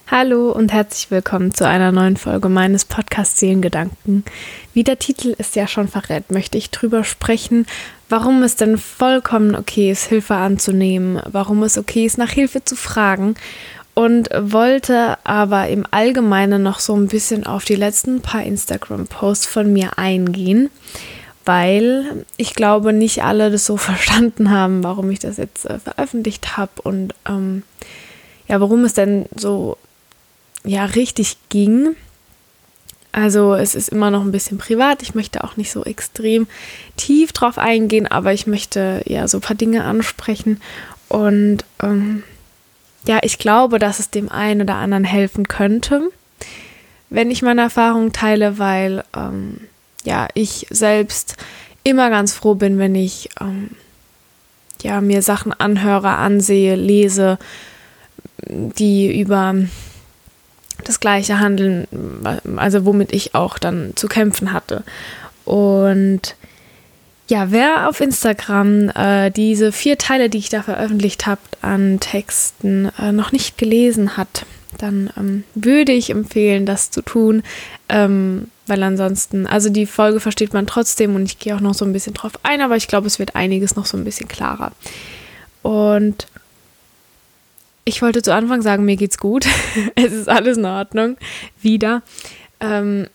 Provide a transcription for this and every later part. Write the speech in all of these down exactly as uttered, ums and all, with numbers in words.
Hallo und herzlich willkommen zu einer neuen Folge meines Podcasts Seelengedanken. Wie der Titel es ja schon verrät, möchte ich drüber sprechen, warum es denn vollkommen okay ist, Hilfe anzunehmen, warum es okay ist, nach Hilfe zu fragen und wollte aber im Allgemeinen noch so ein bisschen auf die letzten paar Instagram-Posts von mir eingehen, weil ich glaube, nicht alle das so verstanden haben, warum ich das jetzt äh, veröffentlicht habe und ähm, ja, worum es denn so ja richtig ging. Also es ist immer noch ein bisschen privat. Ich möchte auch nicht so extrem tief drauf eingehen, aber ich möchte ja so ein paar Dinge ansprechen und ähm, ja, ich glaube, dass es dem einen oder anderen helfen könnte, wenn ich meine Erfahrungen teile, weil ähm, ja, ich selbst immer ganz froh bin, wenn ich ähm, ja, mir Sachen anhöre, ansehe, lese, die über das gleiche handeln, also womit ich auch dann zu kämpfen hatte. Und ja, wer auf Instagram äh, diese vier Teile, die ich da veröffentlicht habe, an Texten äh, noch nicht gelesen hat, dann ähm, würde ich empfehlen, das zu tun, ähm, weil ansonsten, also die Folge versteht man trotzdem und ich gehe auch noch so ein bisschen drauf ein, aber ich glaube, es wird einiges noch so ein bisschen klarer. Und ich wollte zu Anfang sagen, mir geht's gut. Es ist alles in Ordnung. Wieder. Ähm,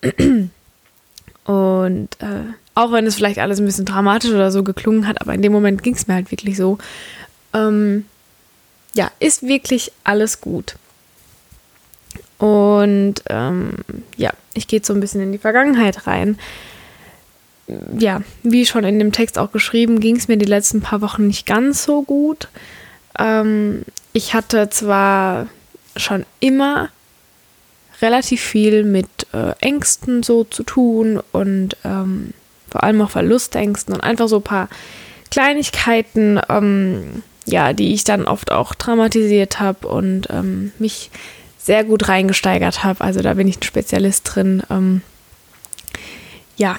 und äh, auch wenn es vielleicht alles ein bisschen dramatisch oder so geklungen hat, aber in dem Moment ging es mir halt wirklich so. Ähm, ja, ist wirklich alles gut. Und ähm, ja, ich gehe jetzt so ein bisschen in die Vergangenheit rein. Ja, wie schon in dem Text auch geschrieben, ging es mir die letzten paar Wochen nicht ganz so gut. Ähm, ich hatte zwar schon immer relativ viel mit äh, Ängsten so zu tun und ähm, vor allem auch Verlustängsten und einfach so ein paar Kleinigkeiten, ähm, ja, die ich dann oft auch traumatisiert habe und ähm, mich sehr gut reingesteigert habe. Also da bin ich ein Spezialist drin. Ähm, ja,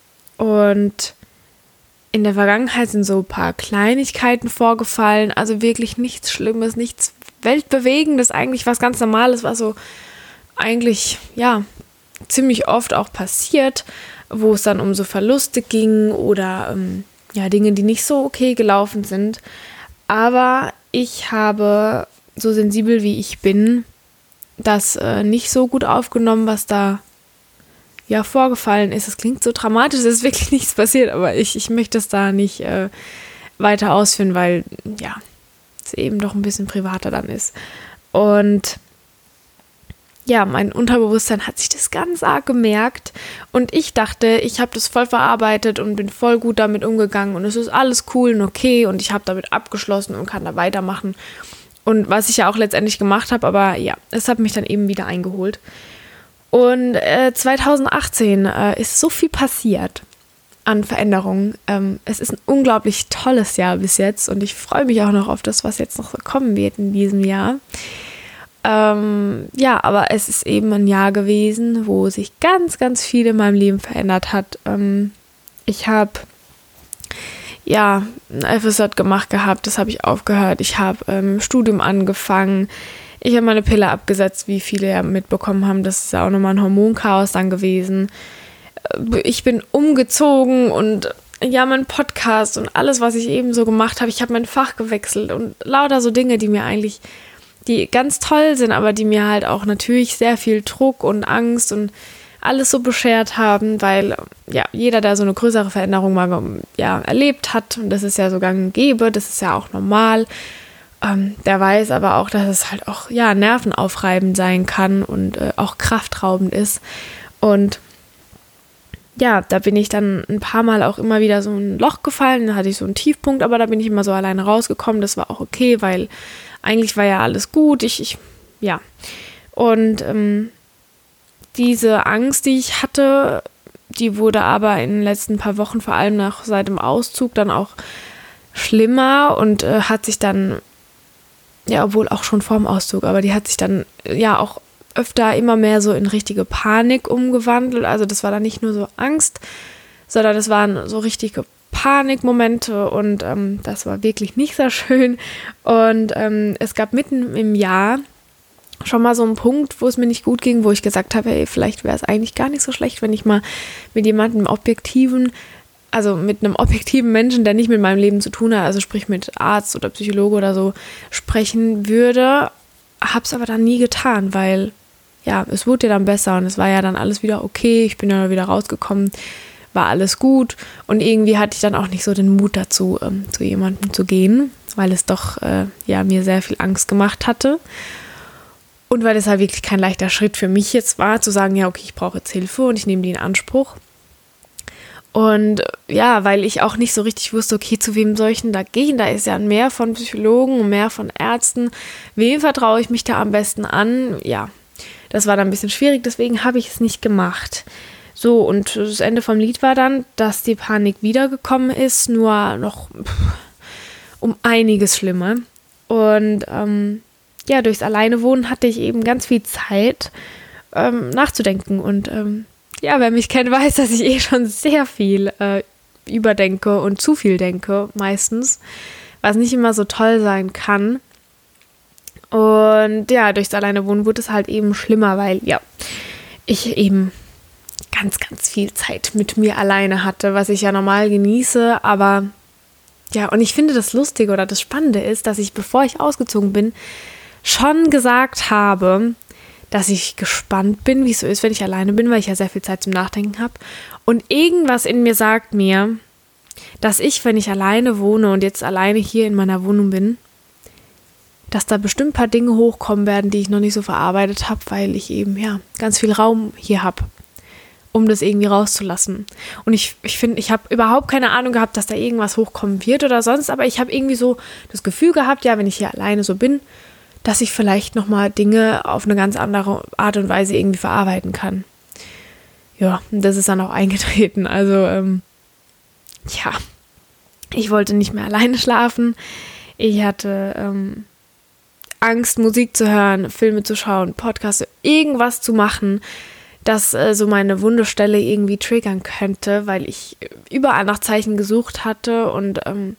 und in der Vergangenheit sind so ein paar Kleinigkeiten vorgefallen, also wirklich nichts Schlimmes, nichts Weltbewegendes, eigentlich was ganz Normales, was so eigentlich, ja, ziemlich oft auch passiert, wo es dann um so Verluste ging oder ähm, ja, Dinge, die nicht so okay gelaufen sind. Aber ich habe, so sensibel wie ich bin, das äh, nicht so gut aufgenommen, was da ja vorgefallen ist. Es klingt so dramatisch, es ist wirklich nichts passiert, aber ich, ich möchte es da nicht äh, weiter ausführen, weil ja, es eben doch ein bisschen privater dann ist. Und ja, mein Unterbewusstsein hat sich das ganz arg gemerkt und ich dachte, ich habe das voll verarbeitet und bin voll gut damit umgegangen und es ist alles cool und okay und ich habe damit abgeschlossen und kann da weitermachen. Und was ich ja auch letztendlich gemacht habe, aber ja, es hat mich dann eben wieder eingeholt. Und äh, zwanzig achtzehn äh, ist so viel passiert an Veränderungen. Ähm, es ist ein unglaublich tolles Jahr bis jetzt und ich freue mich auch noch auf das, was jetzt noch kommen wird in diesem Jahr. Ähm, ja, aber es ist eben ein Jahr gewesen, wo sich ganz, ganz viel in meinem Leben verändert hat. Ähm, ich habe ja ein F S J gemacht gehabt, das habe ich aufgehört. Ich habe ähm, Studium angefangen. Ich habe meine Pille abgesetzt, wie viele ja mitbekommen haben. Das ist ja auch nochmal ein Hormonchaos dann gewesen. Ich bin umgezogen und ja, mein Podcast und alles, was ich eben so gemacht habe. Ich habe mein Fach gewechselt und lauter so Dinge, die mir eigentlich, die ganz toll sind, aber die mir halt auch natürlich sehr viel Druck und Angst und alles so beschert haben, weil ja, jeder, der so eine größere Veränderung mal ja, erlebt hat, und das ist ja so gang und gäbe, das ist ja auch normal, Ähm, der weiß aber auch, dass es halt auch ja nervenaufreibend sein kann und äh, auch kraftraubend ist. Und ja, da bin ich dann ein paar Mal auch immer wieder so ein Loch gefallen, da hatte ich so einen Tiefpunkt, aber da bin ich immer so alleine rausgekommen. Das war auch okay, weil eigentlich war ja alles gut. Ich, ich ja. Und ähm, diese Angst, die ich hatte, die wurde aber in den letzten paar Wochen, vor allem nach seit dem Auszug, dann auch schlimmer und äh, hat sich dann ja, obwohl auch schon vorm Auszug, aber die hat sich dann ja auch öfter immer mehr so in richtige Panik umgewandelt. Also das war dann nicht nur so Angst, sondern das waren so richtige Panikmomente und ähm, das war wirklich nicht so schön. Und ähm, es gab mitten im Jahr schon mal so ein Punkt, wo es mir nicht gut ging, wo ich gesagt habe, hey, vielleicht wäre es eigentlich gar nicht so schlecht, wenn ich mal mit jemandem objektiven, also mit einem objektiven Menschen, der nicht mit meinem Leben zu tun hat, also sprich mit Arzt oder Psychologe oder so, sprechen würde. Hab's aber dann nie getan, weil ja, es wurde ja dann besser und es war ja dann alles wieder okay. Ich bin ja wieder rausgekommen, war alles gut und irgendwie hatte ich dann auch nicht so den Mut dazu, ähm, zu jemandem zu gehen, weil es doch äh, ja mir sehr viel Angst gemacht hatte. Und weil es halt wirklich kein leichter Schritt für mich jetzt war, zu sagen, ja, okay, ich brauche jetzt Hilfe und ich nehme die in Anspruch. Und ja, weil ich auch nicht so richtig wusste, okay, zu wem soll ich denn da gehen? Da ist ja mehr von Psychologen und mehr von Ärzten. Wem vertraue ich mich da am besten an? Ja, das war dann ein bisschen schwierig, deswegen habe ich es nicht gemacht. So, und das Ende vom Lied war dann, dass die Panik wiedergekommen ist, nur noch pff, um einiges schlimmer. Und ähm, ja, durchs Alleinewohnen hatte ich eben ganz viel Zeit ähm, nachzudenken. Und ähm, ja, wer mich kennt, weiß, dass ich eh schon sehr viel äh, überdenke und zu viel denke, meistens, was nicht immer so toll sein kann. Und ja, durchs Alleinewohnen wurde es halt eben schlimmer, weil ja, ich eben ganz, ganz viel Zeit mit mir alleine hatte, was ich ja normal genieße, aber ja, und ich finde das Lustige oder das Spannende ist, dass ich, bevor ich ausgezogen bin, schon gesagt habe, dass ich gespannt bin, wie es so ist, wenn ich alleine bin, weil ich ja sehr viel Zeit zum Nachdenken habe. Und irgendwas in mir sagt mir, dass ich, wenn ich alleine wohne und jetzt alleine hier in meiner Wohnung bin, dass da bestimmt ein paar Dinge hochkommen werden, die ich noch nicht so verarbeitet habe, weil ich eben ja ganz viel Raum hier habe, um das irgendwie rauszulassen. Und ich ich finde, ich habe überhaupt keine Ahnung gehabt, dass da irgendwas hochkommen wird oder sonst, aber ich habe irgendwie so das Gefühl gehabt, ja, wenn ich hier alleine so bin, dass ich vielleicht nochmal Dinge auf eine ganz andere Art und Weise irgendwie verarbeiten kann. Ja, und das ist dann auch eingetreten. Also, ähm, ja, ich wollte nicht mehr alleine schlafen. Ich hatte ähm, Angst, Musik zu hören, Filme zu schauen, Podcasts, irgendwas zu machen, das äh, so meine Wundestelle irgendwie triggern könnte, weil ich überall nach Zeichen gesucht hatte und ähm,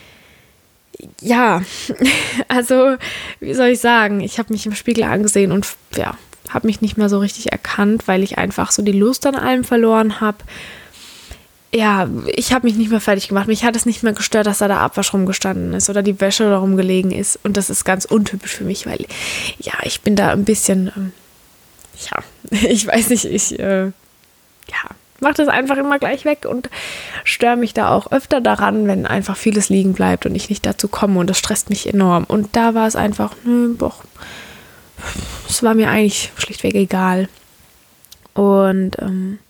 ja, also wie soll ich sagen, ich habe mich im Spiegel angesehen und ja, habe mich nicht mehr so richtig erkannt, weil ich einfach so die Lust an allem verloren habe. Ja, ich habe mich nicht mehr fertig gemacht. Mich hat es nicht mehr gestört, dass da der Abwasch rumgestanden ist oder die Wäsche da rumgelegen ist. Und das ist ganz untypisch für mich, weil ja, ich bin da ein bisschen, ähm, ja, ich weiß nicht, ich, äh, ja, mache das einfach immer gleich weg und störe mich da auch öfter daran, wenn einfach vieles liegen bleibt und ich nicht dazu komme und das stresst mich enorm. Und da war es einfach, nö, doch, es war mir eigentlich schlichtweg egal. Und ähm,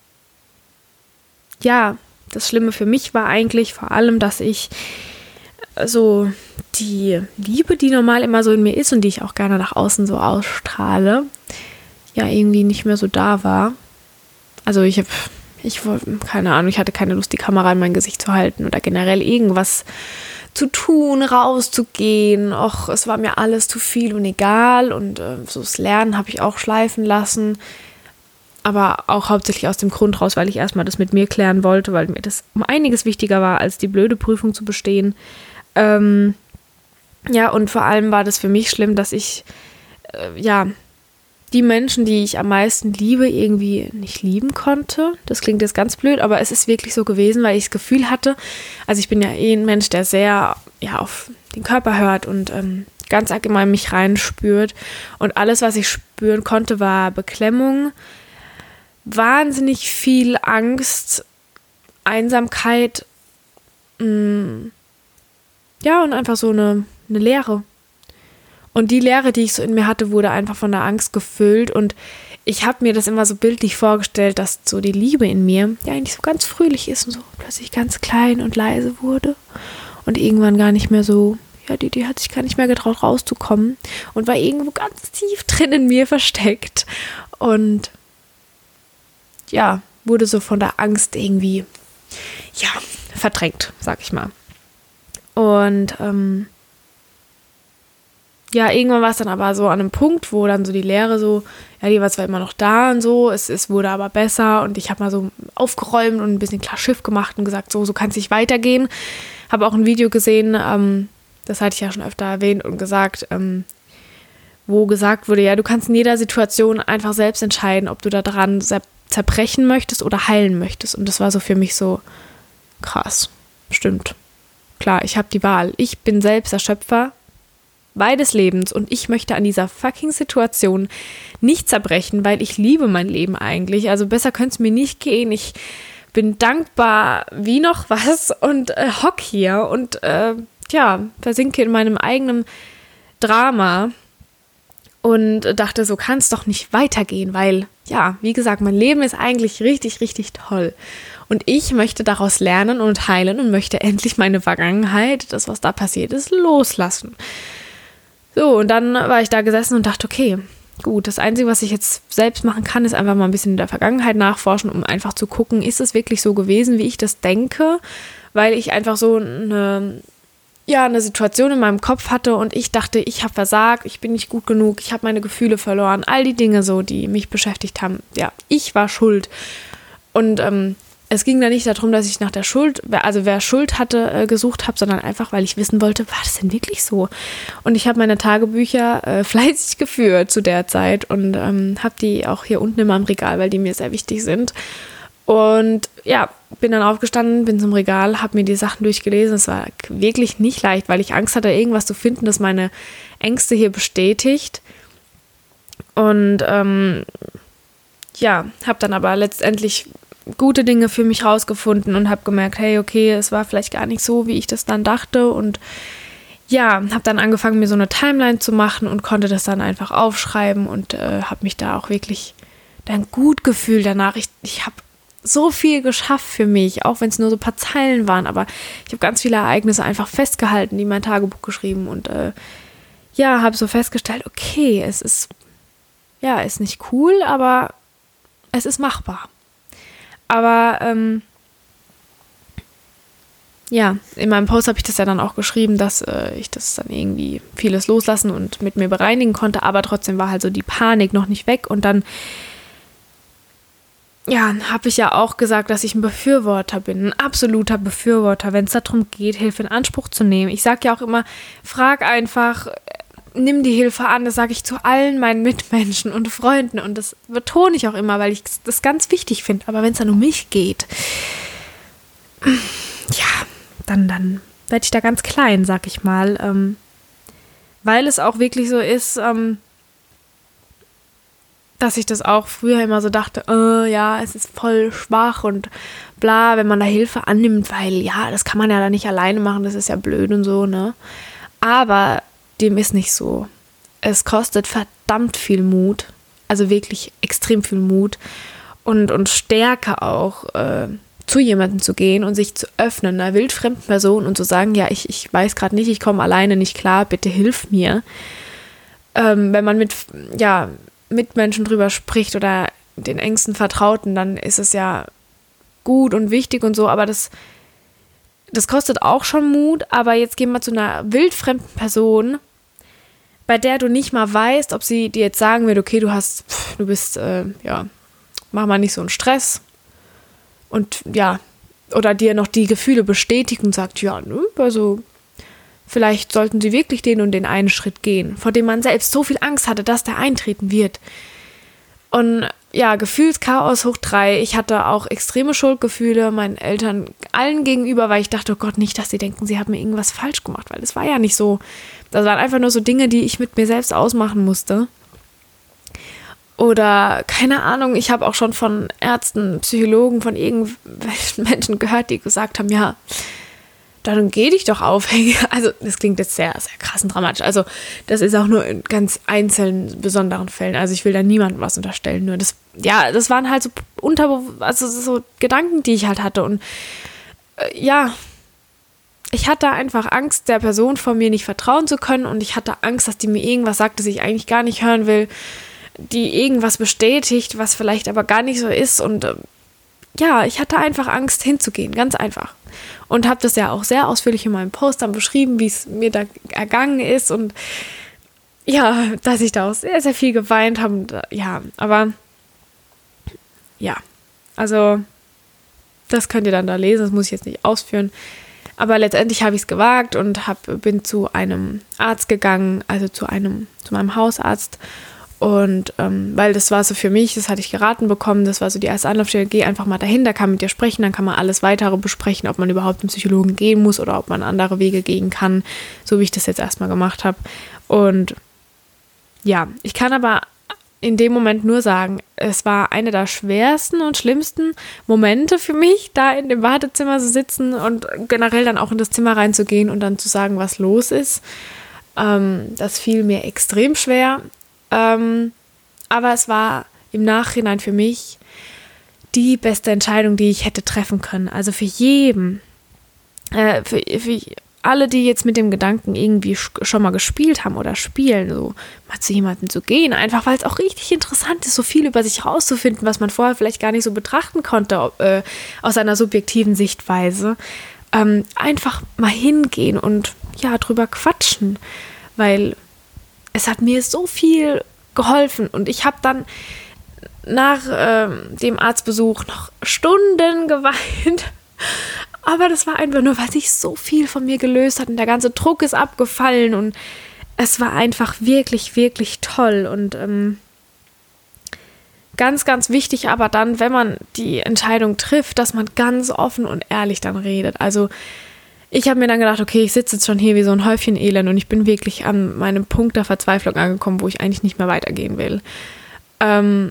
ja, das Schlimme für mich war eigentlich vor allem, dass ich so die Liebe, die normal immer so in mir ist und die ich auch gerne nach außen so ausstrahle, ja irgendwie nicht mehr so da war. Also ich habe Ich wollte, keine Ahnung, ich hatte keine Lust, die Kamera in mein Gesicht zu halten oder generell irgendwas zu tun, rauszugehen. Och, es war mir alles zu viel und egal und äh, so das Lernen habe ich auch schleifen lassen. Aber auch hauptsächlich aus dem Grund raus, weil ich erstmal das mit mir klären wollte, weil mir das um einiges wichtiger war, als die blöde Prüfung zu bestehen. Ähm, ja, und vor allem war das für mich schlimm, dass ich, äh, ja, die Menschen, die ich am meisten liebe, irgendwie nicht lieben konnte. Das klingt jetzt ganz blöd, aber es ist wirklich so gewesen, weil ich das Gefühl hatte, also ich bin ja eh ein Mensch, der sehr ja, auf den Körper hört und ähm, ganz allgemein mich reinspürt. Und alles, was ich spüren konnte, war Beklemmung, wahnsinnig viel Angst, Einsamkeit, mh, ja, und einfach so eine, eine Leere. Und die Leere, die ich so in mir hatte, wurde einfach von der Angst gefüllt. Und ich habe mir das immer so bildlich vorgestellt, dass so die Liebe in mir, ja eigentlich so ganz fröhlich ist und so plötzlich ganz klein und leise wurde. Und irgendwann gar nicht mehr so, ja, die, die hat sich gar nicht mehr getraut rauszukommen. Und war irgendwo ganz tief drin in mir versteckt. Und ja, wurde so von der Angst irgendwie, ja, verdrängt, sag ich mal. Und, ähm, ja, irgendwann war es dann aber so an einem Punkt, wo dann so die Leere so, ja, die war zwar immer noch da und so, es, es wurde aber besser und ich habe mal so aufgeräumt und ein bisschen klar Schiff gemacht und gesagt, so, so kann es nicht weitergehen. Habe auch ein Video gesehen, ähm, das hatte ich ja schon öfter erwähnt und gesagt, ähm, wo gesagt wurde, ja, du kannst in jeder Situation einfach selbst entscheiden, ob du da dran zerbrechen möchtest oder heilen möchtest. Und das war so für mich so krass. Stimmt. Klar, ich habe die Wahl. Ich bin selbst der Schöpfer meines Lebens und ich möchte an dieser fucking Situation nicht zerbrechen, weil ich liebe mein Leben eigentlich. Also besser könnte es mir nicht gehen. Ich bin dankbar wie noch was und äh, hock hier und äh, ja, versinke in meinem eigenen Drama und dachte, so kann es doch nicht weitergehen, weil, ja, wie gesagt, mein Leben ist eigentlich richtig, richtig toll. Und ich möchte daraus lernen und heilen und möchte endlich meine Vergangenheit, das, was da passiert ist, loslassen. So, und dann war ich da gesessen und dachte, okay, gut, das Einzige, was ich jetzt selbst machen kann, ist einfach mal ein bisschen in der Vergangenheit nachforschen, um einfach zu gucken, ist es wirklich so gewesen, wie ich das denke, weil ich einfach so eine, ja, eine Situation in meinem Kopf hatte und ich dachte, ich habe versagt, ich bin nicht gut genug, ich habe meine Gefühle verloren, all die Dinge so, die mich beschäftigt haben. Ja, ich war schuld. Und ähm, es ging da nicht darum, dass ich nach der Schuld, also wer Schuld hatte, äh, gesucht habe, sondern einfach, weil ich wissen wollte, war das denn wirklich so? Und ich habe meine Tagebücher äh, fleißig geführt zu der Zeit und ähm, habe die auch hier unten in meinem Regal, weil die mir sehr wichtig sind. Und ja, bin dann aufgestanden, bin zum Regal, habe mir die Sachen durchgelesen. Es war wirklich nicht leicht, weil ich Angst hatte, irgendwas zu finden, das meine Ängste hier bestätigt. Und ähm, ja, habe dann aber letztendlich gute Dinge für mich rausgefunden und habe gemerkt, hey, okay, es war vielleicht gar nicht so, wie ich das dann dachte. Und ja, habe dann angefangen, mir so eine Timeline zu machen und konnte das dann einfach aufschreiben und äh, habe mich da auch wirklich dann gut gefühlt danach. Ich, ich habe so viel geschafft für mich, auch wenn es nur so ein paar Zeilen waren, aber ich habe ganz viele Ereignisse einfach festgehalten, die in mein Tagebuch geschrieben und äh, ja, habe so festgestellt, okay, es ist, ja, ist nicht cool, aber es ist machbar. Aber ähm, ja, in meinem Post habe ich das ja dann auch geschrieben, dass äh, ich das dann irgendwie vieles loslassen und mit mir bereinigen konnte, aber trotzdem war halt so die Panik noch nicht weg und dann ja, habe ich ja auch gesagt, dass ich ein Befürworter bin, ein absoluter Befürworter, wenn es darum geht, Hilfe in Anspruch zu nehmen. Ich sage ja auch immer, frag einfach, nimm die Hilfe an, das sage ich zu allen meinen Mitmenschen und Freunden und das betone ich auch immer, weil ich das ganz wichtig finde. Aber wenn es dann um mich geht, ja, dann, dann werde ich da ganz klein, sag ich mal, ähm, weil es auch wirklich so ist, ähm, dass ich das auch früher immer so dachte, äh, ja, es ist voll schwach und bla, wenn man da Hilfe annimmt, weil ja, das kann man ja dann nicht alleine machen, das ist ja blöd und so, ne? Aber dem ist nicht so. Es kostet verdammt viel Mut, also wirklich extrem viel Mut und, und Stärke auch, äh, zu jemandem zu gehen und sich zu öffnen, einer wildfremden Person und zu sagen, ja, ich, ich weiß gerade nicht, ich komme alleine nicht klar, bitte hilf mir. Ähm, wenn man mit, ja, Mitmenschen drüber spricht oder den engsten Vertrauten, dann ist es ja gut und wichtig und so, aber das, das kostet auch schon Mut, aber jetzt gehen wir zu einer wildfremden Person, bei der du nicht mal weißt, ob sie dir jetzt sagen wird, okay, du hast, pff, du bist, äh, ja, mach mal nicht so einen Stress und ja, oder dir noch die Gefühle bestätigt und sagt, ja, ne, also vielleicht sollten sie wirklich den und den einen Schritt gehen, vor dem man selbst so viel Angst hatte, dass der eintreten wird. Und ja, Gefühlschaos hoch drei. Ich hatte auch extreme Schuldgefühle meinen Eltern allen gegenüber, weil ich dachte, oh Gott, nicht, dass sie denken, sie haben mir irgendwas falsch gemacht, weil das war ja nicht so. Das waren einfach nur so Dinge, die ich mit mir selbst ausmachen musste. Oder, keine Ahnung, ich habe auch schon von Ärzten, Psychologen, von irgendwelchen Menschen gehört, die gesagt haben, ja, dann geh dich doch aufhängen. Also das klingt jetzt sehr, sehr krass und dramatisch. Also das ist auch nur in ganz einzelnen, besonderen Fällen. Also ich will da niemandem was unterstellen. Nur das, ja, das waren halt so unter, also so Gedanken, die ich halt hatte. Und äh, ja, ich hatte einfach Angst, der Person vor mir nicht vertrauen zu können. Und ich hatte Angst, dass die mir irgendwas sagt, das ich eigentlich gar nicht hören will. Die irgendwas bestätigt, was vielleicht aber gar nicht so ist. Und äh, ja, ich hatte einfach Angst hinzugehen, ganz einfach. Und habe das ja auch sehr ausführlich in meinem Post dann beschrieben, wie es mir da ergangen ist und ja, dass ich da auch sehr, sehr viel geweint habe. Und, ja, aber ja, also das könnt ihr dann da lesen, das muss ich jetzt nicht ausführen. Aber letztendlich habe ich es gewagt und hab, bin zu einem Arzt gegangen, also zu einem, zu meinem Hausarzt. Und ähm, weil das war so für mich, das hatte ich geraten bekommen, das war so die erste Anlaufstelle, geh einfach mal dahin, da kann mit dir sprechen, dann kann man alles Weitere besprechen, ob man überhaupt zum Psychologen gehen muss oder ob man andere Wege gehen kann, so wie ich das jetzt erstmal gemacht habe. Und ja, ich kann aber in dem Moment nur sagen, es war eine der schwersten und schlimmsten Momente für mich, da in dem Wartezimmer zu sitzen und generell dann auch in das Zimmer reinzugehen und dann zu sagen, was los ist. Ähm, das fiel mir extrem schwer. Ähm, aber es war im Nachhinein für mich die beste Entscheidung, die ich hätte treffen können. Also für jeden, äh, für, für alle, die jetzt mit dem Gedanken irgendwie schon mal gespielt haben oder spielen, so mal zu jemandem zu gehen, einfach weil es auch richtig interessant ist, so viel über sich rauszufinden, was man vorher vielleicht gar nicht so betrachten konnte, äh, aus einer subjektiven Sichtweise. Ähm, einfach mal hingehen und ja, drüber quatschen, weil es hat mir so viel geholfen und ich habe dann nach ähm, dem Arztbesuch noch Stunden geweint, aber das war einfach nur, weil sich so viel von mir gelöst hat und der ganze Druck ist abgefallen und es war einfach wirklich, wirklich toll und ähm, ganz, ganz wichtig aber dann, wenn man die Entscheidung trifft, dass man ganz offen und ehrlich dann redet, also ich habe mir dann gedacht, okay, ich sitze jetzt schon hier wie so ein Häufchen Elend und ich bin wirklich an meinem Punkt der Verzweiflung angekommen, wo ich eigentlich nicht mehr weitergehen will. Ähm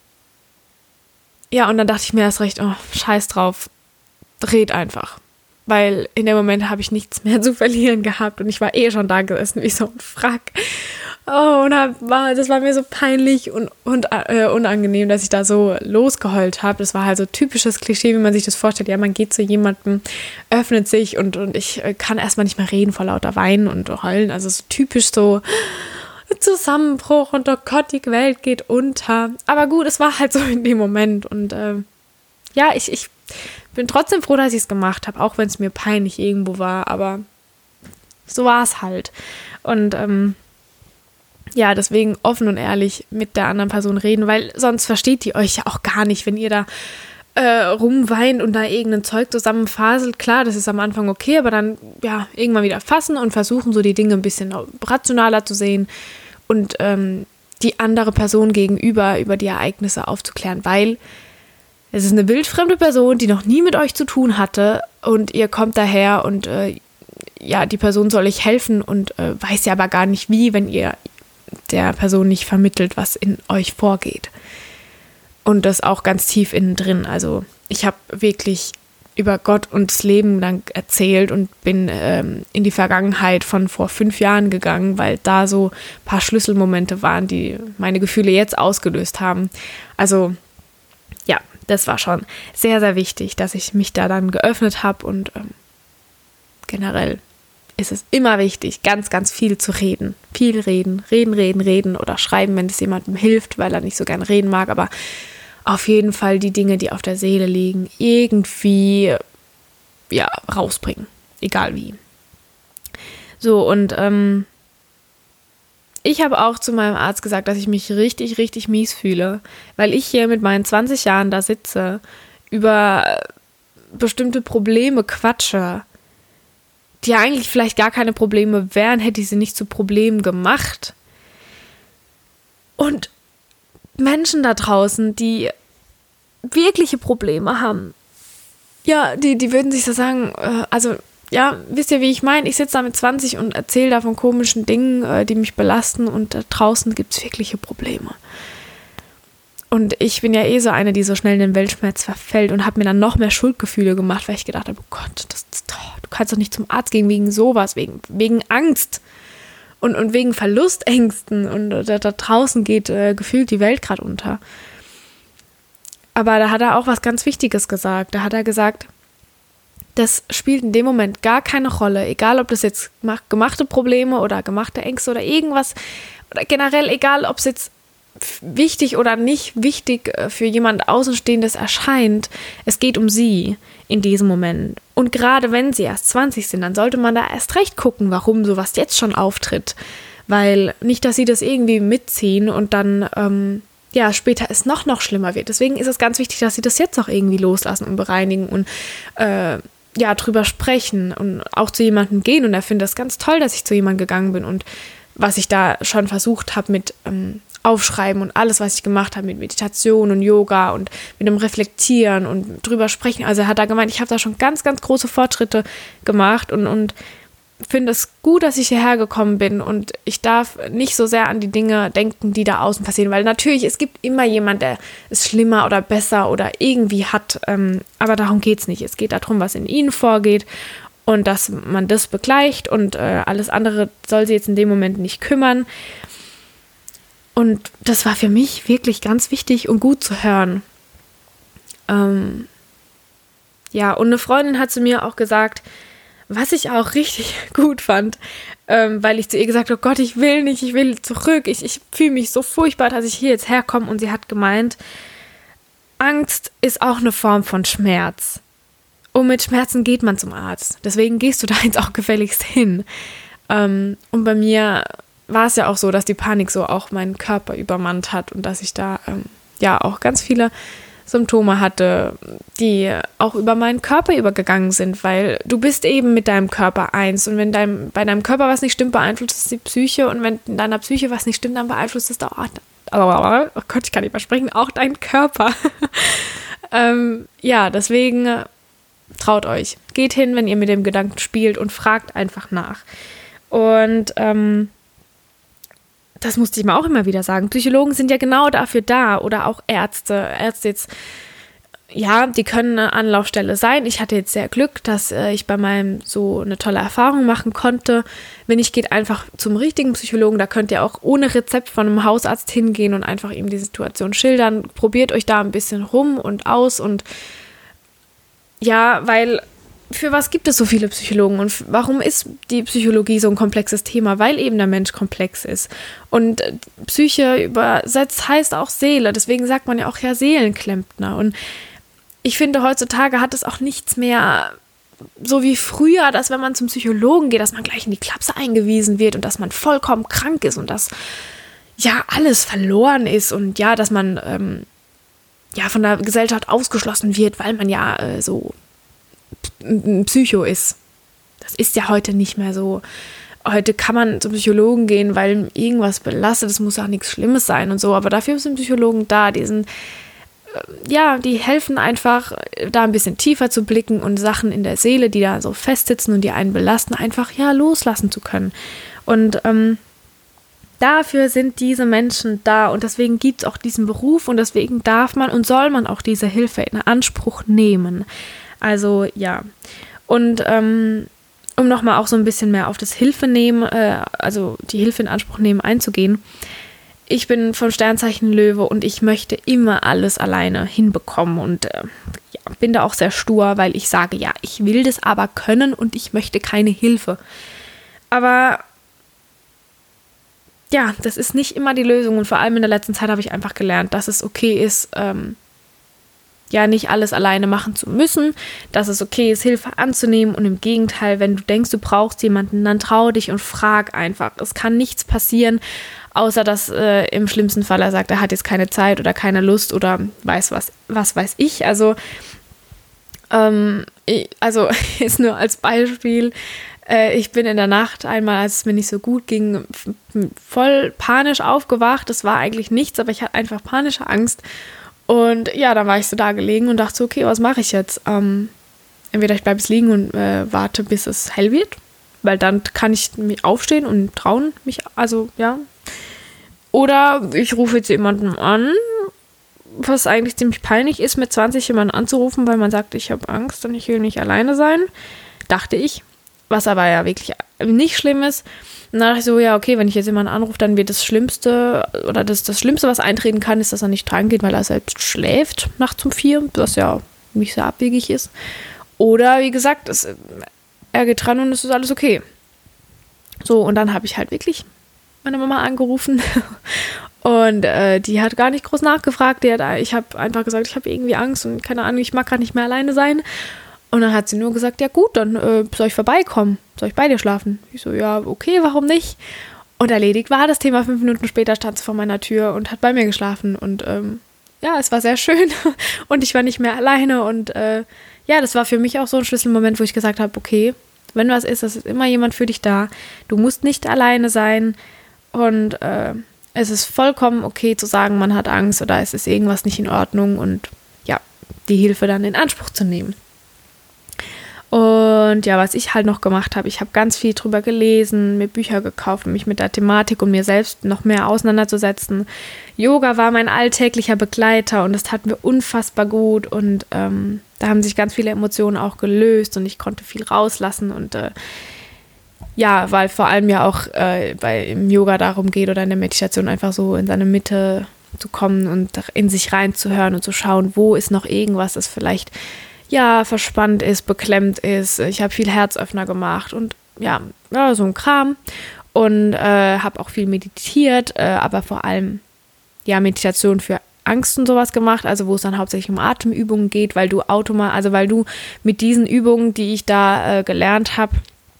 ja, und dann dachte ich mir erst recht, oh, scheiß drauf, red einfach. Weil in dem Moment habe ich nichts mehr zu verlieren gehabt und ich war eh schon da gesessen wie so ein Frack. Oh, und hab, war, das war mir so peinlich und, und äh, unangenehm, dass ich da so losgeheult habe. Das war halt so typisches Klischee, wie man sich das vorstellt. Ja, man geht zu jemandem, öffnet sich und, und ich kann erstmal nicht mehr reden vor lauter Weinen und heulen. Also so typisch so Zusammenbruch und oh Gott, die Welt geht unter. Aber gut, es war halt so in dem Moment und äh, ja, ich, ich bin trotzdem froh, dass ich es gemacht habe, auch wenn es mir peinlich irgendwo war, aber so war es halt. Und ähm, ja, deswegen offen und ehrlich mit der anderen Person reden, weil sonst versteht die euch ja auch gar nicht, wenn ihr da äh, rumweint und da irgendein Zeug zusammenfaselt. Klar, das ist am Anfang okay, aber dann ja irgendwann wieder fassen und versuchen, so die Dinge ein bisschen rationaler zu sehen und ähm, die andere Person gegenüber über die Ereignisse aufzuklären, weil es ist eine wildfremde Person, die noch nie mit euch zu tun hatte und ihr kommt daher und äh, ja, die Person soll euch helfen und äh, weiß ja aber gar nicht wie, wenn ihr der Person nicht vermittelt, was in euch vorgeht. Und das auch ganz tief innen drin. Also ich habe wirklich über Gott und das Leben dann erzählt und bin ähm, in die Vergangenheit von vor fünf Jahren gegangen, weil da so ein paar Schlüsselmomente waren, die meine Gefühle jetzt ausgelöst haben. Also ja, das war schon sehr, sehr wichtig, dass ich mich da dann geöffnet habe und ähm, generell ist es immer wichtig, ganz, ganz viel zu reden. Viel reden, reden, reden, reden oder schreiben, wenn es jemandem hilft, weil er nicht so gern reden mag, aber auf jeden Fall die Dinge, die auf der Seele liegen, irgendwie ja, rausbringen, egal wie. So, und ähm, ich habe auch zu meinem Arzt gesagt, dass ich mich richtig, richtig mies fühle, weil ich hier mit meinen zwanzig Jahren da sitze, über bestimmte Probleme quatsche, die eigentlich vielleicht gar keine Probleme wären, hätte ich sie nicht zu Problemen gemacht. Und Menschen da draußen, die wirkliche Probleme haben, ja, die, die würden sich so sagen, äh, also, ja, wisst ihr, wie ich meine? Ich sitze da mit zwanzig und erzähle da von komischen Dingen, äh, die mich belasten und da draußen gibt es wirkliche Probleme. Und ich bin ja eh so eine, die so schnell in den Weltschmerz verfällt und habe mir dann noch mehr Schuldgefühle gemacht, weil ich gedacht habe, oh Gott, das, das, du kannst doch nicht zum Arzt gehen wegen sowas, wegen, wegen Angst und, und wegen Verlustängsten und da, da draußen geht äh, gefühlt die Welt gerade unter. Aber da hat er auch was ganz Wichtiges gesagt. Da hat er gesagt, das spielt in dem Moment gar keine Rolle, egal ob das jetzt gemachte Probleme oder gemachte Ängste oder irgendwas, oder generell egal, ob es jetzt wichtig oder nicht wichtig für jemand Außenstehendes erscheint, es geht um sie in diesem Moment. Und gerade wenn sie erst zwanzig sind, dann sollte man da erst recht gucken, warum sowas jetzt schon auftritt. Weil nicht, dass sie das irgendwie mitziehen und dann ähm, ja, später es noch, noch schlimmer wird. Deswegen ist es ganz wichtig, dass sie das jetzt auch irgendwie loslassen und bereinigen und äh, ja, drüber sprechen und auch zu jemandem gehen. Und er findet das ganz toll, dass ich zu jemandem gegangen bin und was ich da schon versucht habe mit ähm, Aufschreiben und alles, was ich gemacht habe mit Meditation und Yoga und mit dem Reflektieren und drüber sprechen. Also er hat da gemeint, ich habe da schon ganz, ganz große Fortschritte gemacht und, und finde es gut, dass ich hierher gekommen bin und ich darf nicht so sehr an die Dinge denken, die da außen passieren, weil natürlich, es gibt immer jemand, der es schlimmer oder besser oder irgendwie hat, ähm, aber darum geht es nicht. Es geht darum, was in ihnen vorgeht und dass man das begleicht und äh, alles andere soll sie jetzt in dem Moment nicht kümmern. Und das war für mich wirklich ganz wichtig und gut zu hören. Ähm, ja, und eine Freundin hat zu mir auch gesagt, was ich auch richtig gut fand, ähm, weil ich zu ihr gesagt habe, oh Gott, ich will nicht, ich will zurück, ich, ich fühle mich so furchtbar, dass ich hier jetzt herkomme. Und sie hat gemeint, Angst ist auch eine Form von Schmerz. Und mit Schmerzen geht man zum Arzt. Deswegen gehst du da jetzt auch gefälligst hin. Ähm, und bei mir war es ja auch so, dass die Panik so auch meinen Körper übermannt hat und dass ich da ähm, ja auch ganz viele Symptome hatte, die auch über meinen Körper übergegangen sind, weil du bist eben mit deinem Körper eins und wenn dein, bei deinem Körper was nicht stimmt, beeinflusst es die Psyche und wenn in deiner Psyche was nicht stimmt, dann beeinflusst es auch, oh Gott, ich kann nicht mehr sprechen, auch deinen Körper. ähm, ja, deswegen äh, traut euch. Geht hin, wenn ihr mit dem Gedanken spielt und fragt einfach nach. Und ähm, das musste ich mir auch immer wieder sagen. Psychologen sind ja genau dafür da oder auch Ärzte. Ärzte jetzt, ja, die können eine Anlaufstelle sein. Ich hatte jetzt sehr Glück, dass äh, ich bei meinem so eine tolle Erfahrung machen konnte. Wenn nicht, geht einfach zum richtigen Psychologen. Da könnt ihr auch ohne Rezept von einem Hausarzt hingehen und einfach ihm die Situation schildern. Probiert euch da ein bisschen rum und aus und ja, weil für was gibt es so viele Psychologen und warum ist die Psychologie so ein komplexes Thema? Weil eben der Mensch komplex ist. Und Psyche übersetzt heißt auch Seele. Deswegen sagt man ja auch ja Seelenklempner. Und ich finde, heutzutage hat es auch nichts mehr so wie früher, dass wenn man zum Psychologen geht, dass man gleich in die Klapse eingewiesen wird und dass man vollkommen krank ist und dass ja alles verloren ist und ja, dass man ähm, ja von der Gesellschaft ausgeschlossen wird, weil man ja äh, so ein Psycho ist. Das ist ja heute nicht mehr so. Heute kann man zum Psychologen gehen, weil irgendwas belastet, das muss ja auch nichts Schlimmes sein und so, aber dafür sind Psychologen da, die sind, ja, die helfen einfach, da ein bisschen tiefer zu blicken und Sachen in der Seele, die da so festsitzen und die einen belasten, einfach, ja, loslassen zu können. Und ähm, dafür sind diese Menschen da und deswegen gibt es auch diesen Beruf und deswegen darf man und soll man auch diese Hilfe in Anspruch nehmen. Also ja, und ähm, um nochmal auch so ein bisschen mehr auf das Hilfe nehmen, äh, also die Hilfe in Anspruch nehmen einzugehen. Ich bin vom Sternzeichen Löwe und ich möchte immer alles alleine hinbekommen und äh, ja, bin da auch sehr stur, weil ich sage, ja, ich will das aber können und ich möchte keine Hilfe. Aber ja, das ist nicht immer die Lösung und vor allem in der letzten Zeit habe ich einfach gelernt, dass es okay ist, ähm, ja, nicht alles alleine machen zu müssen, dass es okay ist, Hilfe anzunehmen und im Gegenteil, wenn du denkst, du brauchst jemanden, dann trau dich und frag einfach. Es kann nichts passieren, außer dass äh, im schlimmsten Fall er sagt, er hat jetzt keine Zeit oder keine Lust oder weiß was, was weiß ich. Also, ähm, ich, also jetzt nur als Beispiel, äh, ich bin in der Nacht einmal, als es mir nicht so gut ging, voll panisch aufgewacht. Das war eigentlich nichts, aber ich hatte einfach panische Angst. Und ja, dann war ich so da gelegen und dachte so, okay, was mache ich jetzt? Ähm, entweder ich bleibe jetzt liegen und äh, warte, bis es hell wird, weil dann kann ich mich aufstehen und trauen mich, also ja. Oder ich rufe jetzt jemanden an, was eigentlich ziemlich peinlich ist, mit zwanzig jemanden anzurufen, weil man sagt, ich habe Angst und ich will nicht alleine sein, dachte ich. Was aber ja wirklich nicht schlimm ist. Und dann dachte ich so, ja, okay, wenn ich jetzt jemanden anrufe, dann wird das Schlimmste, oder das, das Schlimmste, was eintreten kann, ist, dass er nicht dran geht, weil er selbst schläft nachts um vier, was ja nicht sehr abwegig ist. Oder, wie gesagt, es, er geht dran und es ist alles okay. So, und dann habe ich halt wirklich meine Mama angerufen und äh, die hat gar nicht groß nachgefragt. Die hat, ich habe einfach gesagt, ich habe irgendwie Angst und keine Ahnung, ich mag gerade nicht mehr alleine sein. Und dann hat sie nur gesagt, ja gut, dann äh, soll ich vorbeikommen, soll ich bei dir schlafen? Ich so, ja, okay, warum nicht? Und erledigt war das Thema. Fünf Minuten später stand sie vor meiner Tür und hat bei mir geschlafen. Und ähm, ja, es war sehr schön und ich war nicht mehr alleine. Und äh, ja, das war für mich auch so ein Schlüsselmoment, wo ich gesagt habe, okay, wenn was ist, es ist immer jemand für dich da. Du musst nicht alleine sein und äh, es ist vollkommen okay zu sagen, man hat Angst oder es ist irgendwas nicht in Ordnung und ja, die Hilfe dann in Anspruch zu nehmen. Und ja, was ich halt noch gemacht habe, ich habe ganz viel drüber gelesen, mir Bücher gekauft, um mich mit der Thematik und mir selbst noch mehr auseinanderzusetzen. Yoga war mein alltäglicher Begleiter und es tat mir unfassbar gut und ähm, da haben sich ganz viele Emotionen auch gelöst und ich konnte viel rauslassen und äh, ja, weil vor allem ja auch äh, bei im Yoga darum geht oder in der Meditation einfach so in seine Mitte zu kommen und in sich reinzuhören und zu schauen, wo ist noch irgendwas, das vielleicht ja, verspannt ist, beklemmt ist. Ich habe viel Herzöffner gemacht und ja, ja so ein Kram. Und äh, habe auch viel meditiert, äh, aber vor allem ja Meditation für Angst und sowas gemacht, also wo es dann hauptsächlich um Atemübungen geht, weil du automatisch, also weil du mit diesen Übungen, die ich da äh, gelernt habe,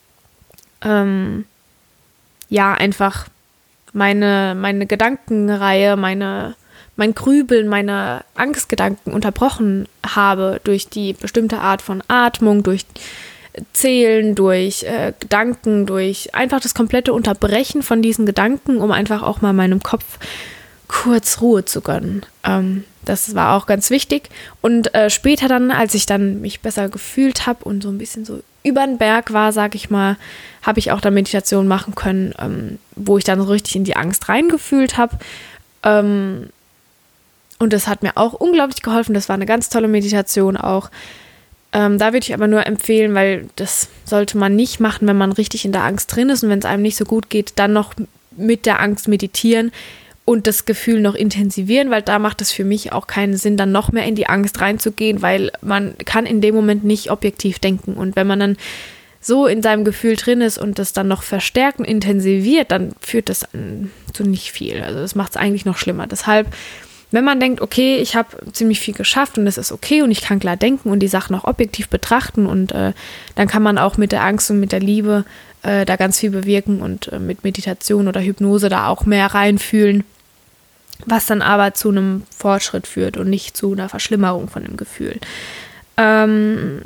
ähm, ja, einfach meine, meine Gedankenreihe, meine mein Grübeln, meine Angstgedanken unterbrochen habe durch die bestimmte Art von Atmung, durch Zählen, durch äh, Gedanken, durch einfach das komplette Unterbrechen von diesen Gedanken, um einfach auch mal meinem Kopf kurz Ruhe zu gönnen. Ähm, das war auch ganz wichtig. Und äh, später dann, als ich dann mich besser gefühlt habe und so ein bisschen so über den Berg war, sag ich mal, habe ich auch dann Meditation machen können, ähm, wo ich dann so richtig in die Angst reingefühlt habe. Ähm, Und das hat mir auch unglaublich geholfen. Das war eine ganz tolle Meditation auch. Ähm, da würde ich aber nur empfehlen, weil das sollte man nicht machen, wenn man richtig in der Angst drin ist und wenn es einem nicht so gut geht, dann noch mit der Angst meditieren und das Gefühl noch intensivieren, weil da macht es für mich auch keinen Sinn, dann noch mehr in die Angst reinzugehen, weil man kann in dem Moment nicht objektiv denken. Und wenn man dann so in seinem Gefühl drin ist und das dann noch verstärkt und intensiviert, dann führt das zu nicht viel. Also das macht es eigentlich noch schlimmer. Deshalb, wenn man denkt, okay, ich habe ziemlich viel geschafft und es ist okay und ich kann klar denken und die Sachen auch objektiv betrachten und äh, dann kann man auch mit der Angst und mit der Liebe äh, da ganz viel bewirken und äh, mit Meditation oder Hypnose da auch mehr reinfühlen, was dann aber zu einem Fortschritt führt und nicht zu einer Verschlimmerung von dem Gefühl. Ähm,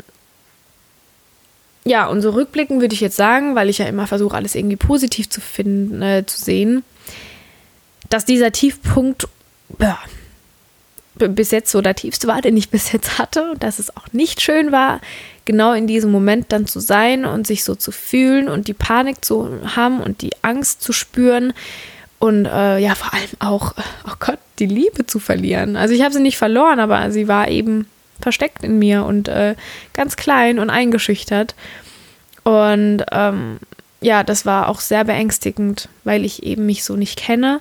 ja, und so rückblickend würde ich jetzt sagen, weil ich ja immer versuche, alles irgendwie positiv zu finden, äh, zu sehen, dass dieser Tiefpunkt ja, bis jetzt so der tiefste war, den ich bis jetzt hatte, und dass es auch nicht schön war, genau in diesem Moment dann zu sein und sich so zu fühlen und die Panik zu haben und die Angst zu spüren und äh, ja, vor allem auch, oh Gott, die Liebe zu verlieren. Also ich habe sie nicht verloren, aber sie war eben versteckt in mir und äh, ganz klein und eingeschüchtert und ähm, ja, das war auch sehr beängstigend, weil ich eben mich so nicht kenne.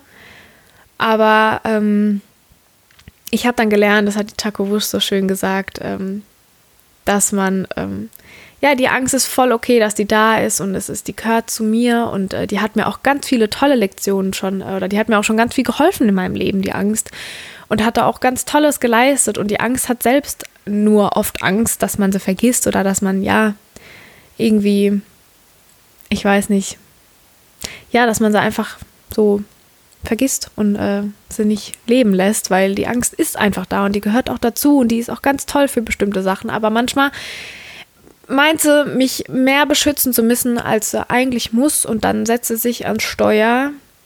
Aber ähm, ich habe dann gelernt, das hat die Taco Wusch so schön gesagt, ähm, dass man, ähm, ja, die Angst ist voll okay, dass die da ist und es ist, die gehört zu mir und äh, die hat mir auch ganz viele tolle Lektionen schon, äh, oder die hat mir auch schon ganz viel geholfen in meinem Leben, die Angst. Und hat da auch ganz Tolles geleistet und die Angst hat selbst nur oft Angst, dass man sie vergisst oder dass man, ja, irgendwie, ich weiß nicht, ja, dass man sie einfach so vergisst und äh, sie nicht leben lässt, weil die Angst ist einfach da und die gehört auch dazu und die ist auch ganz toll für bestimmte Sachen, aber manchmal meint sie, mich mehr beschützen zu müssen, als sie eigentlich muss und dann setzt sie sich ans Steuer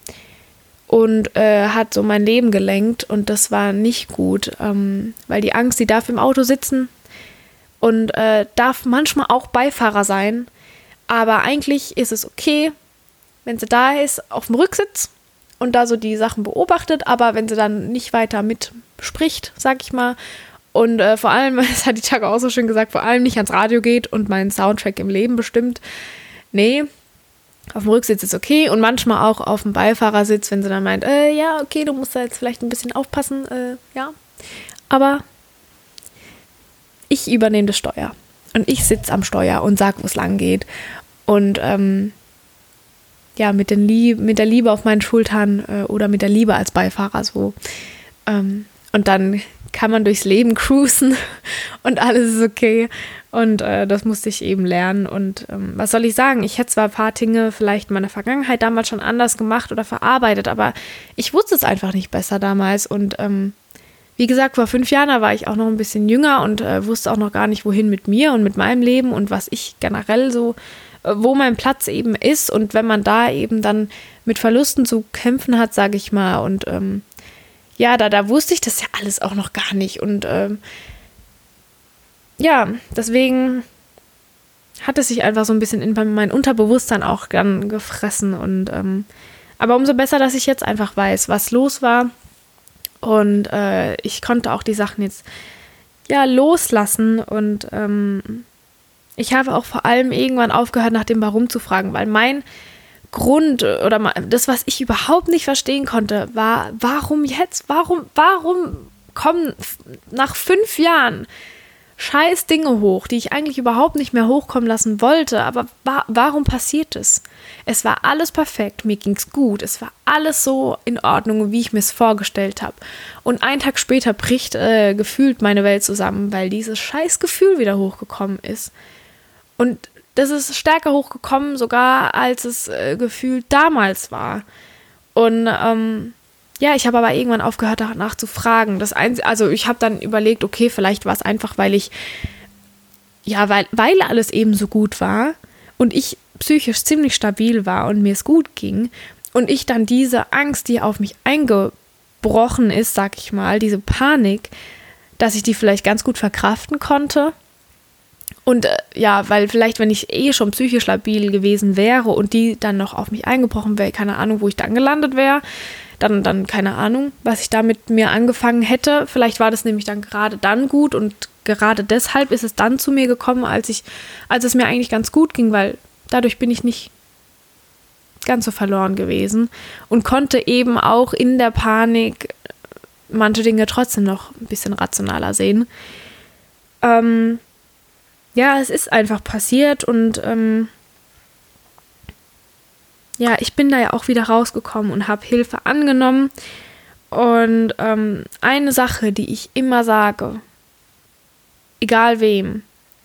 und äh, hat so mein Leben gelenkt und das war nicht gut, ähm, weil die Angst, die darf im Auto sitzen und äh, darf manchmal auch Beifahrer sein, aber eigentlich ist es okay, wenn sie da ist, auf dem Rücksitz und da so die Sachen beobachtet, aber wenn sie dann nicht weiter mitspricht, sag ich mal, und äh, vor allem, das hat die Taco auch so schön gesagt, vor allem nicht ans Radio geht und meinen Soundtrack im Leben bestimmt. Nee, auf dem Rücksitz ist okay und manchmal auch auf dem Beifahrersitz, wenn sie dann meint, äh, ja, okay, du musst da jetzt vielleicht ein bisschen aufpassen, äh, ja, aber ich übernehme das Steuer und ich sitze am Steuer und sag, wo es lang geht und ähm, ja, mit, den Lieb- mit der Liebe auf meinen Schultern äh, oder mit der Liebe als Beifahrer so. Ähm, und dann kann man durchs Leben cruisen und alles ist okay. Und äh, das musste ich eben lernen. Und ähm, was soll ich sagen? Ich hätte zwar ein paar Dinge vielleicht in meiner Vergangenheit damals schon anders gemacht oder verarbeitet, aber ich wusste es einfach nicht besser damals. Und ähm, wie gesagt, vor fünf Jahren, da war ich auch noch ein bisschen jünger und äh, wusste auch noch gar nicht, wohin mit mir und mit meinem Leben und was ich generell so, äh, wo mein Platz eben ist. Und wenn man da eben dann mit Verlusten zu kämpfen hat, sage ich mal, und ähm, ja, da, da wusste ich das ja alles auch noch gar nicht. Und ähm, ja, deswegen hat es sich einfach so ein bisschen in mein Unterbewusstsein auch dann gefressen. Und ähm, aber umso besser, dass ich jetzt einfach weiß, was los war. Und äh, ich konnte auch die Sachen jetzt ja loslassen. Und ähm, ich habe auch vor allem irgendwann aufgehört, nach dem Warum zu fragen, weil mein Grund oder das, was ich überhaupt nicht verstehen konnte, war, warum jetzt? Warum, warum kommen nach fünf Jahren scheiß Dinge hoch, die ich eigentlich überhaupt nicht mehr hochkommen lassen wollte, aber wa- warum passiert es? Es war alles perfekt, mir ging's gut, es war alles so in Ordnung, wie ich mir es vorgestellt habe. Und einen Tag später bricht äh, gefühlt meine Welt zusammen, weil dieses scheiß Gefühl wieder hochgekommen ist. Und das ist stärker hochgekommen, sogar als es äh, gefühlt damals war. Und ähm, ja, ich habe aber irgendwann aufgehört, danach zu fragen. Das Einzige, also ich habe dann überlegt, okay, vielleicht war es einfach, weil ich, ja, weil, weil alles eben so gut war und ich psychisch ziemlich stabil war und mir es gut ging und ich dann diese Angst, die auf mich eingebrochen ist, sag ich mal, diese Panik, dass ich die vielleicht ganz gut verkraften konnte. Und äh, ja, weil vielleicht, wenn ich eh schon psychisch labil gewesen wäre und die dann noch auf mich eingebrochen wäre, keine Ahnung, wo ich dann gelandet wäre, dann, dann keine Ahnung, was ich da mit mir angefangen hätte. Vielleicht war das nämlich dann gerade dann gut und gerade deshalb ist es dann zu mir gekommen, als ich, als es mir eigentlich ganz gut ging, weil dadurch bin ich nicht ganz so verloren gewesen und konnte eben auch in der Panik manche Dinge trotzdem noch ein bisschen rationaler sehen. Ähm, Ja, es ist einfach passiert und ähm, ja, ich bin da ja auch wieder rausgekommen und habe Hilfe angenommen. Und ähm, eine Sache, die ich immer sage, egal wem,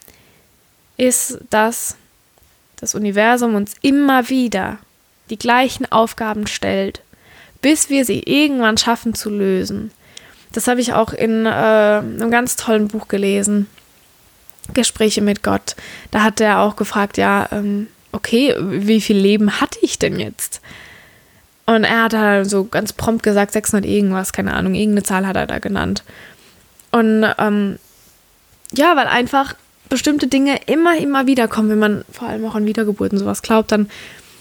ist, dass das Universum uns immer wieder die gleichen Aufgaben stellt, bis wir sie irgendwann schaffen zu lösen. Das habe ich auch in äh, einem ganz tollen Buch gelesen. Gespräche mit Gott. Da hat er auch gefragt, ja, ähm, okay, wie viel Leben hatte ich denn jetzt? Und er hat da so ganz prompt gesagt, sechshundert irgendwas, keine Ahnung, irgendeine Zahl hat er da genannt. Und ähm, ja, weil einfach bestimmte Dinge immer, immer wieder kommen, wenn man vor allem auch an Wiedergeburten sowas glaubt, dann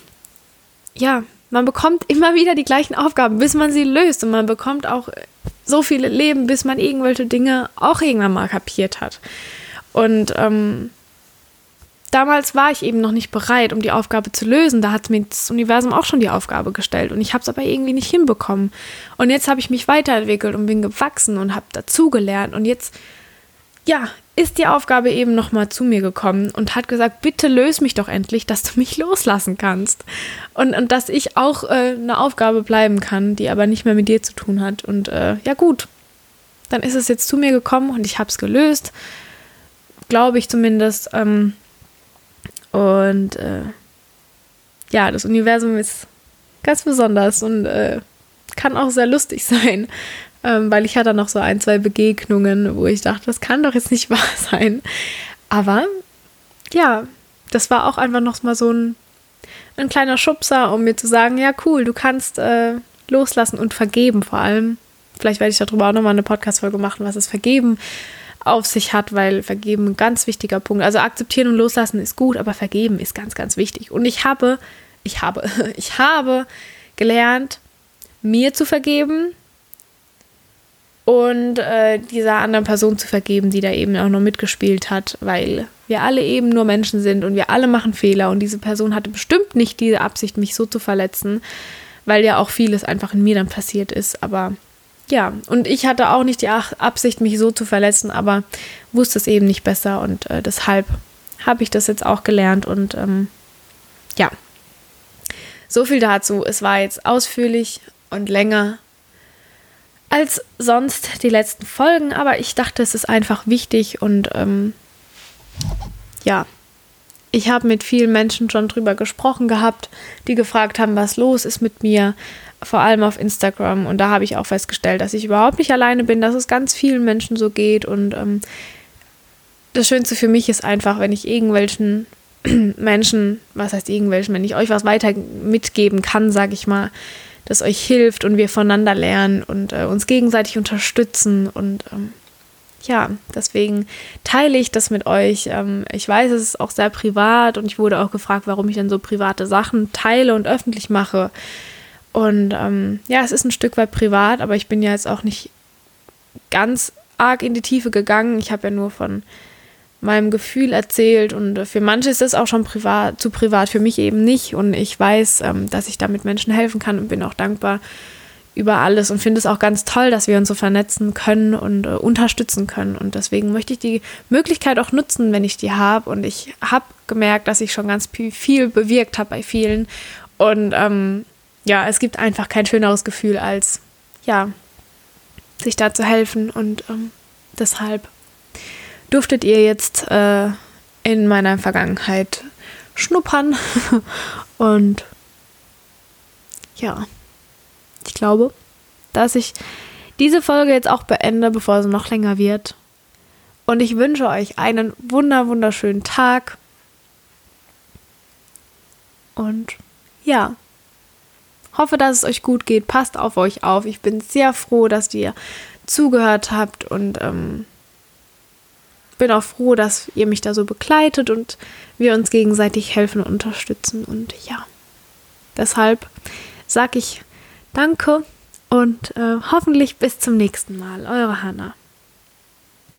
ja, man bekommt immer wieder die gleichen Aufgaben, bis man sie löst und man bekommt auch so viele Leben, bis man irgendwelche Dinge auch irgendwann mal kapiert hat. Und ähm, damals war ich eben noch nicht bereit, um die Aufgabe zu lösen. Da hat mir das Universum auch schon die Aufgabe gestellt. Und ich habe es aber irgendwie nicht hinbekommen. Und jetzt habe ich mich weiterentwickelt und bin gewachsen und habe dazugelernt. Und jetzt, ja, ist die Aufgabe eben nochmal zu mir gekommen und hat gesagt, bitte löse mich doch endlich, dass du mich loslassen kannst. Und, und dass ich auch äh, eine Aufgabe bleiben kann, die aber nicht mehr mit dir zu tun hat. Und äh, ja gut, dann ist es jetzt zu mir gekommen und ich habe es gelöst. Glaube ich zumindest. Ähm, und äh, ja, das Universum ist ganz besonders und äh, kann auch sehr lustig sein, ähm, weil ich hatte noch so ein, zwei Begegnungen, wo ich dachte, das kann doch jetzt nicht wahr sein. Aber ja, das war auch einfach noch mal so ein, ein kleiner Schubser, um mir zu sagen, ja cool, du kannst äh, loslassen und vergeben vor allem. Vielleicht werde ich darüber auch nochmal eine Podcast-Folge machen, was das Vergeben auf sich hat, weil Vergeben ein ganz wichtiger Punkt. Also akzeptieren und loslassen ist gut, aber Vergeben ist ganz, ganz wichtig. Und ich habe, ich habe, ich habe gelernt, mir zu vergeben und äh, dieser anderen Person zu vergeben, die da eben auch noch mitgespielt hat, weil wir alle eben nur Menschen sind und wir alle machen Fehler und diese Person hatte bestimmt nicht diese Absicht, mich so zu verletzen, weil ja auch vieles einfach in mir dann passiert ist, aber ja, und ich hatte auch nicht die Absicht, mich so zu verletzen, aber wusste es eben nicht besser und äh, deshalb habe ich das jetzt auch gelernt und ähm, ja, so viel dazu. Es war jetzt ausführlich und länger als sonst die letzten Folgen, aber ich dachte, es ist einfach wichtig und ähm, ja, ich habe mit vielen Menschen schon drüber gesprochen gehabt, die gefragt haben, was los ist mit mir, vor allem auf Instagram. Und da habe ich auch festgestellt, dass ich überhaupt nicht alleine bin, dass es ganz vielen Menschen so geht. Und ähm, das Schönste für mich ist einfach, wenn ich irgendwelchen Menschen, was heißt irgendwelchen, wenn ich euch was weiter mitgeben kann, sage ich mal, das euch hilft und wir voneinander lernen und äh, uns gegenseitig unterstützen. Und ähm, ja, deswegen teile ich das mit euch. Ähm, ich weiß, es ist auch sehr privat und ich wurde auch gefragt, warum ich denn so private Sachen teile und öffentlich mache. Und ähm, ja, es ist ein Stück weit privat, aber ich bin ja jetzt auch nicht ganz arg in die Tiefe gegangen. Ich habe ja nur von meinem Gefühl erzählt und für manche ist das auch schon privat, zu privat, für mich eben nicht. Und ich weiß, ähm, dass ich damit Menschen helfen kann und bin auch dankbar über alles und finde es auch ganz toll, dass wir uns so vernetzen können und äh, unterstützen können. Und deswegen möchte ich die Möglichkeit auch nutzen, wenn ich die habe. Und ich habe gemerkt, dass ich schon ganz viel bewirkt habe bei vielen. Und ähm, ja, es gibt einfach kein schöneres Gefühl, als ja, sich da zu helfen. Und ähm, deshalb durftet ihr jetzt äh, in meiner Vergangenheit schnuppern. Und ja, ich glaube, dass ich diese Folge jetzt auch beende, bevor sie noch länger wird. Und ich wünsche euch einen wunder, wunderschönen Tag. Und ja, hoffe, dass es euch gut geht. Passt auf euch auf. Ich bin sehr froh, dass ihr zugehört habt und ähm, bin auch froh, dass ihr mich da so begleitet und wir uns gegenseitig helfen und unterstützen. Und ja, deshalb sage ich Danke und äh, hoffentlich bis zum nächsten Mal. Eure Hannah.